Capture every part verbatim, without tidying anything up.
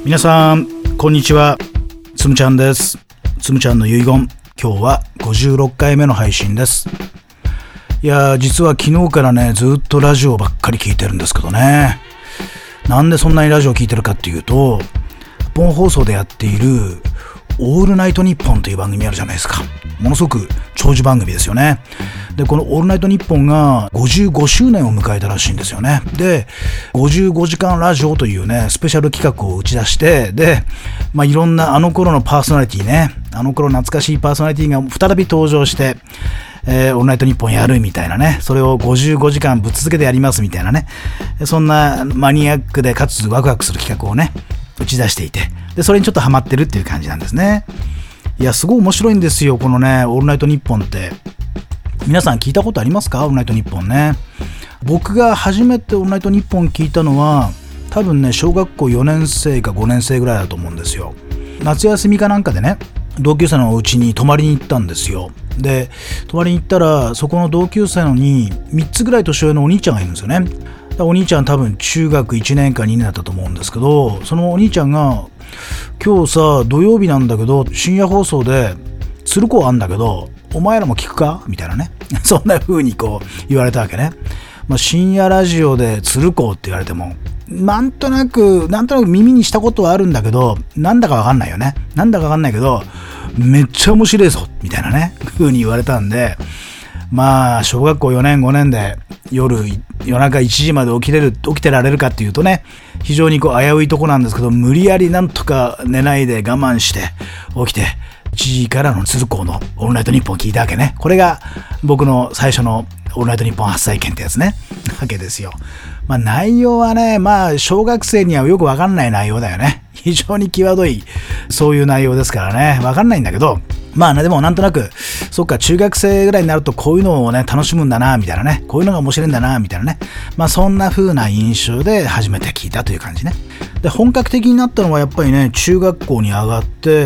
皆さんこんにちは、つむちゃんです。つむちゃんの遺言、今日はごじゅうろっかいめの配信です。いやー、実は昨日からねずっとラジオばっかり聞いてるんですけどね。なんでそんなにラジオ聞いてるかっていうと、本放送でやっているオールナイトニッポンという番組あるじゃないですか。ものすごく長寿番組ですよね。でこのオールナイトニッポンがごじゅうごしゅうねんを迎えたらしいんですよね。でごじゅうごじかんラジオというねスペシャル企画を打ち出して、で、まあ、いろんなあの頃のパーソナリティね、あの頃懐かしいパーソナリティが再び登場して、えー、オールナイトニッポンやるみたいなね、それをごじゅうごじかんぶっ続けてやりますみたいなね、そんなマニアックでかつワクワクする企画をね打ち出していて、でそれにちょっとハマってるっていう感じなんですね。いやすごい面白いんですよこのねオールナイトニッポンって。皆さん聞いたことありますか？オールナイトニッポンね。僕が初めてオールナイトニッポン聞いたのは多分ね小学校よねんせいかごねんせいぐらいだと思うんですよ。夏休みかなんかでね同級生のお家に泊まりに行ったんですよ。で泊まりに行ったらそこの同級生のにみっつぐらい年上のお兄ちゃんがいるんですよね。お兄ちゃん多分中学いちねんかにねんだったと思うんですけど、そのお兄ちゃんが今日さ土曜日なんだけど深夜放送で鶴子あんだけどお前らも聞くかみたいなねそんな風にこう言われたわけね。まあ、深夜ラジオで鶴子って言われてもなんとなくなんとなく耳にしたことはあるんだけどなんだかわかんないよね。なんだかわかんないけどめっちゃ面白いぞみたいなね風に言われたんで、まあ小学校よねんごねんで夜夜中いちじまで起きれる起きてられるかっていうとね非常にこう危ういとこなんですけど、無理やりなんとか寝ないで我慢して起きていちじからの鶴子のオールナイトニッポンを聞いたわけね。これが僕の最初のオールナイトニッポン初体験ってやつねわけですよ。まあ内容はねまあ小学生にはよくわかんない内容だよね。非常に際どいそういう内容ですからねわかんないんだけど、まあねでもなんとなくそっか中学生ぐらいになるとこういうのをね楽しむんだなみたいなね、こういうのが面白いんだなみたいなね、まあそんな風な印象で初めて聞いたという感じね。で本格的になったのはやっぱりね中学校に上がって、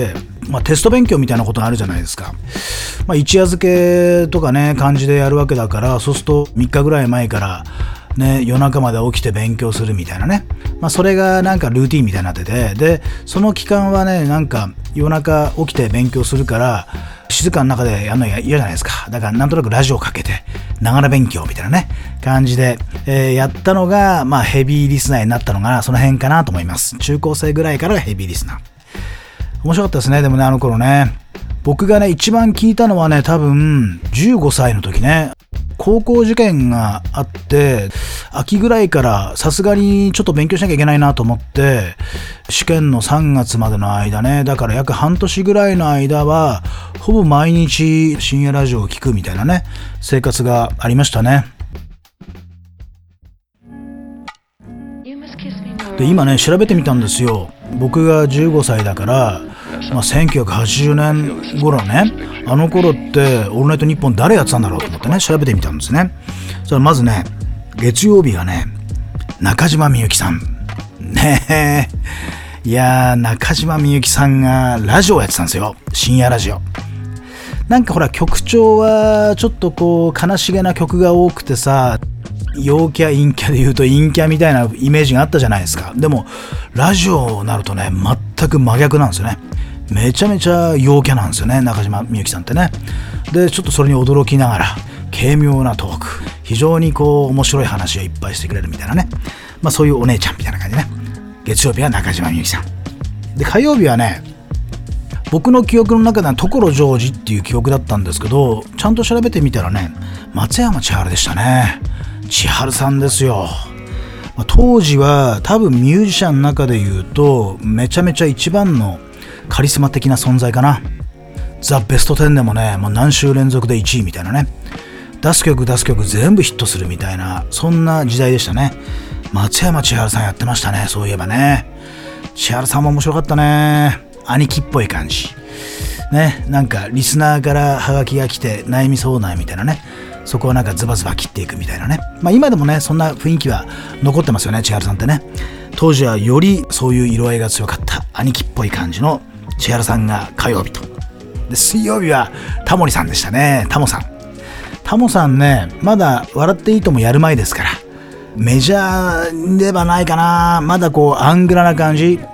まあ、テスト勉強みたいなことがあるじゃないですか。まあ、一夜漬けとかね感じでやるわけだから、そうするとみっかぐらい前からね夜中まで起きて勉強するみたいなね、まあ、それがなんかルーティンみたいになってて、でその期間はねなんか夜中起きて勉強するから静かな中でやるの嫌じゃないですか。だからなんとなくラジオかけてながら勉強みたいなね感じで、えー、やったのがまあヘビーリスナーになったのがその辺かなと思います。中高生ぐらいからがヘビーリスナー。面白かったですね。でもねあの頃ね僕がね一番聞いたのはね多分じゅうごさいの時ね、高校受験があって秋ぐらいからさすがにちょっと勉強しなきゃいけないなと思って試験のさんがつまでの間ね、だから約半年ぐらいの間はほぼ毎日深夜ラジオを聞くみたいなね生活がありましたね。で今ね調べてみたんですよ。僕がじゅうごさいだから、まあ、せんきゅうひゃくはちじゅうねん頃ね、あの頃ってオールナイトニッポン誰やってたんだろうと思ってね調べてみたんですね。それまずね月曜日がね中島みゆきさんねえ、いやー中島みゆきさんがラジオやってたんですよ、深夜ラジオ。なんかほら曲調はちょっとこう悲しげな曲が多くてさ、陽キャ陰キャで言うと陰キャみたいなイメージがあったじゃないですか。でもラジオになるとね全く真逆なんですよね。めちゃめちゃ陽キャなんですよね中島みゆきさんってね。でちょっとそれに驚きながら軽妙なトーク、非常にこう面白い話をいっぱいしてくれるみたいなね、まあそういうお姉ちゃんみたいな感じね。月曜日は中島みゆきさんで、火曜日はね僕の記憶の中では所ジョージっていう記憶だったんですけど、ちゃんと調べてみたらね松山千春でしたね。千春さんですよ。当時は多分ミュージシャンの中で言うとめちゃめちゃ一番のカリスマ的な存在かな。ザ・ベストテンでもねもう何週連続でいちいみたいなね、出す曲出す曲全部ヒットするみたいなそんな時代でしたね。松山千春さんやってましたね。そういえばね千春さんも面白かったね。兄貴っぽい感じね、なんかリスナーからハガキが来て悩み相談みたいなね、そこをなんかズバズバ切っていくみたいなね、まあ今でもねそんな雰囲気は残ってますよね千春さんってね。当時はよりそういう色合いが強かった兄貴っぽい感じの千春さんが火曜日と、で水曜日はタモリさんでしたね。タモさんタモさんねまだ笑っていいともやる前ですから、メジャーではないかな、まだこうアングラな感じ、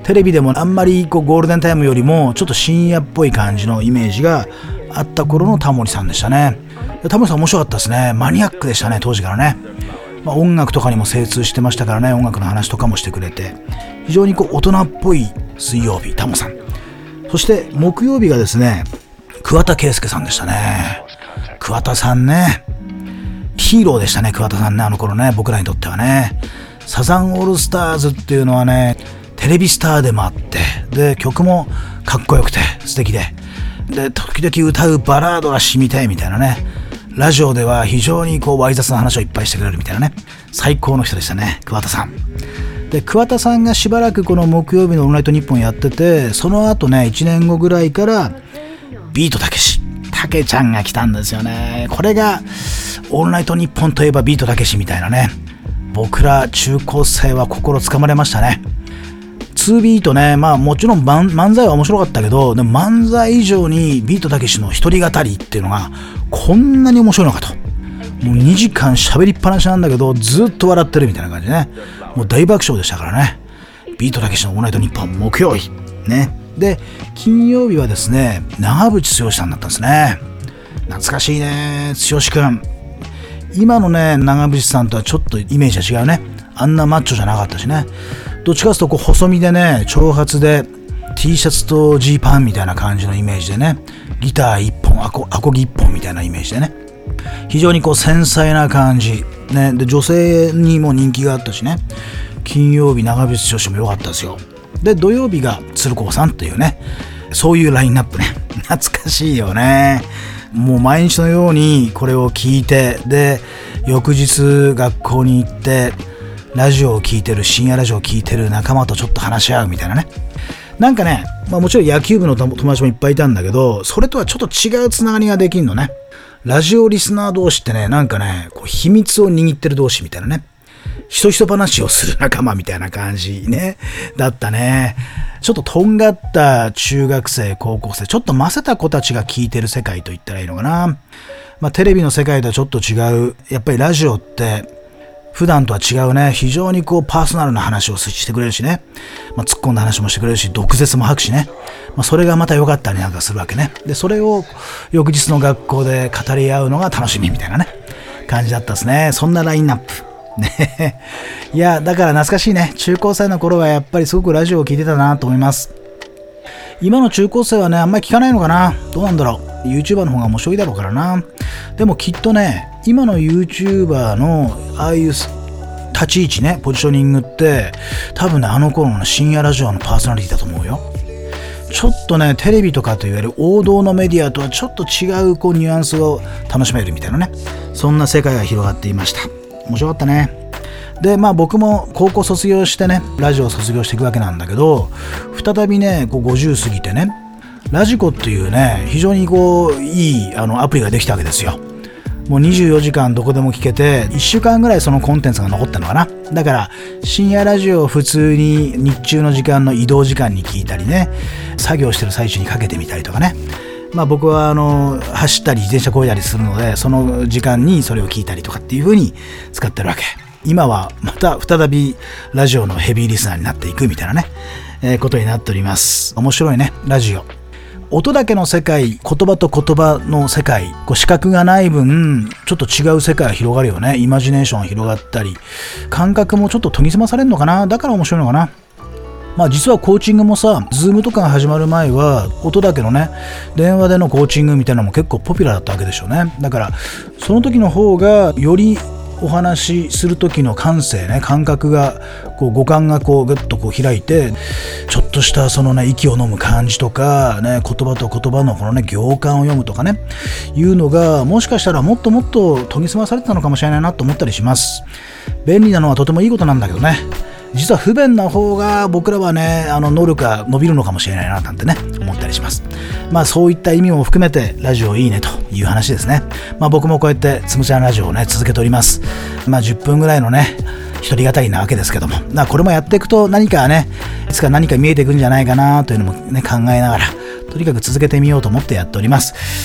テレビでもあんまりこうゴールデンタイムよりもちょっと深夜っぽい感じのイメージがあった頃のタモリさんでしたね。タモリさん面白かったですね。マニアックでしたね、当時からね。まあ、音楽とかにも精通してましたからね、音楽の話とかもしてくれて、非常にこう大人っぽい水曜日、タモさん。そして木曜日がですね、桑田佳祐さんでしたね。桑田さんね、ヒーローでしたね、桑田さんね、あの頃ね、僕らにとってはね。サザンオールスターズっていうのはね、テレビスターでもあって、で曲もかっこよくて素敵で、で時々歌うバラードが染みたいみたいなね、ラジオでは非常にこうわい雑な話をいっぱいしてくれるみたいなね、最高の人でしたね、桑田さん。で桑田さんがしばらくこの木曜日のオールナイトニッポンやってて、その後ねいちねんごぐらいからビートたけしたけちゃんが来たんですよね。これがオールナイトニッポンといえばビートたけしみたいなね、僕ら中高生は心つかまれましたね。にビートね、まあもちろん漫才は面白かったけど、でも漫才以上にビートたけしの一人語りっていうのがこんなに面白いのかと。もうにじかん喋りっぱなしなんだけどずっと笑ってるみたいな感じね。もう大爆笑でしたからね。ビートたけしのオールナイトニッポン木曜日ね。で金曜日はですね、長渕剛さんだったんですね。懐かしいね、剛くん。今のね長渕さんとはちょっとイメージは違うね。あんなマッチョじゃなかったしね。どっちかというとこう細身でね、長髪で T シャツとジーパンみたいな感じのイメージでね、ギター一本、アコ、アコギ一本みたいなイメージでね、非常にこう繊細な感じね。で女性にも人気があったしね。金曜日長渕剛も良かったですよ。で土曜日が鶴光さんっていうね、そういうラインナップね。懐かしいよね。もう毎日のようにこれを聞いて、で翌日学校に行ってラジオを聞いてる、深夜ラジオを聞いてる仲間とちょっと話し合うみたいなね。なんかね、まあ、もちろん野球部の友達もいっぱいいたんだけど、それとはちょっと違うつながりができるのね。ラジオリスナー同士ってね、なんかね、こう秘密を握ってる同士みたいなね、ひそひそ話をする仲間みたいな感じねだったね。ちょっととんがった中学生高校生、ちょっとませた子たちが聞いてる世界と言ったらいいのかな。まあテレビの世界とはちょっと違う。やっぱりラジオって普段とは違うね。非常にこうパーソナルな話をしてくれるしね、まあ、突っ込んだ話もしてくれるし、毒舌も吐くしね、まあ、それがまた良かったりなんかするわけね。でそれを翌日の学校で語り合うのが楽しみみたいなね感じだったですね。そんなラインナップね。いやだから懐かしいね。中高生の頃はやっぱりすごくラジオを聞いてたなと思います。今の中高生はねあんまり聞かないのかな。どうなんだろう。 YouTuber の方が面白いだろうからな。でもきっとね、今の YouTuber のああいう立ち位置ね、ポジショニングって多分ねあの頃の深夜ラジオのパーソナリティだと思うよ。ちょっとねテレビとかといわれる王道のメディアとはちょっと違うこうニュアンスを楽しめるみたいなね、そんな世界が広がっていました。面白かったね。でまあ僕も高校卒業してね、ラジオを卒業していくわけなんだけど、再びねこうごじゅう過ぎてね、ラジコっていうね非常にこういいあのアプリができたわけですよ。もうにじゅうよじかんどこでも聞けて、いっしゅうかんぐらいそのコンテンツが残ったのかな。だから深夜ラジオを普通に日中の時間の移動時間に聞いたりね、作業してる最中にかけてみたりとかね。まあ僕はあの走ったり自転車こいだりするので、その時間にそれを聞いたりとかっていう風に使ってるわけ。今はまた再びラジオのヘビーリスナーになっていくみたいなね、えー、ことになっております。面白いねラジオ。音だけの世界、言葉と言葉の世界、こう視覚がない分ちょっと違う世界が広がるよね。イマジネーションが広がったり、感覚もちょっと研ぎ澄まされるのかな。だから面白いのかな。まあ実はコーチングもさ、ズームとかが始まる前は音だけのね電話でのコーチングみたいなのも結構ポピュラーだったわけでしょうね。だからその時の方がよりお話しする時の感性ね、感覚がこう五感がこうグッとこう開いて、ちょっとしたそのね息を飲む感じとかね、言葉と言葉のこのね行間を読むとかね、いうのがもしかしたらもっともっと研ぎ澄まされてたのかもしれないなと思ったりします。便利なのはとてもいいことなんだけどね、実は不便な方が僕らはねあの能力が伸びるのかもしれないななんてね思ったりします。まあそういった意味も含めてラジオいいねという話ですね。まあ僕もこうやってつむちゃんラジオをね続けております。まあじゅっぷんぐらいのね一人語りなわけですけども、まあこれもやっていくと何かねいつか何か見えてくるんじゃないかなというのもね考えながら、とにかく続けてみようと思ってやっております。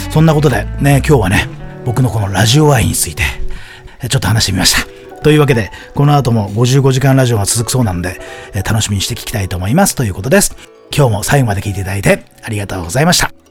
そんなことでね今日はね僕のこのラジオ愛についてちょっと話してみました。 というわけで、この後もごじゅうごじかんラジオが続くそうなんで、えー、楽しみにして聞きたいと思いますということです。今日も最後まで聞いていただいてありがとうございました。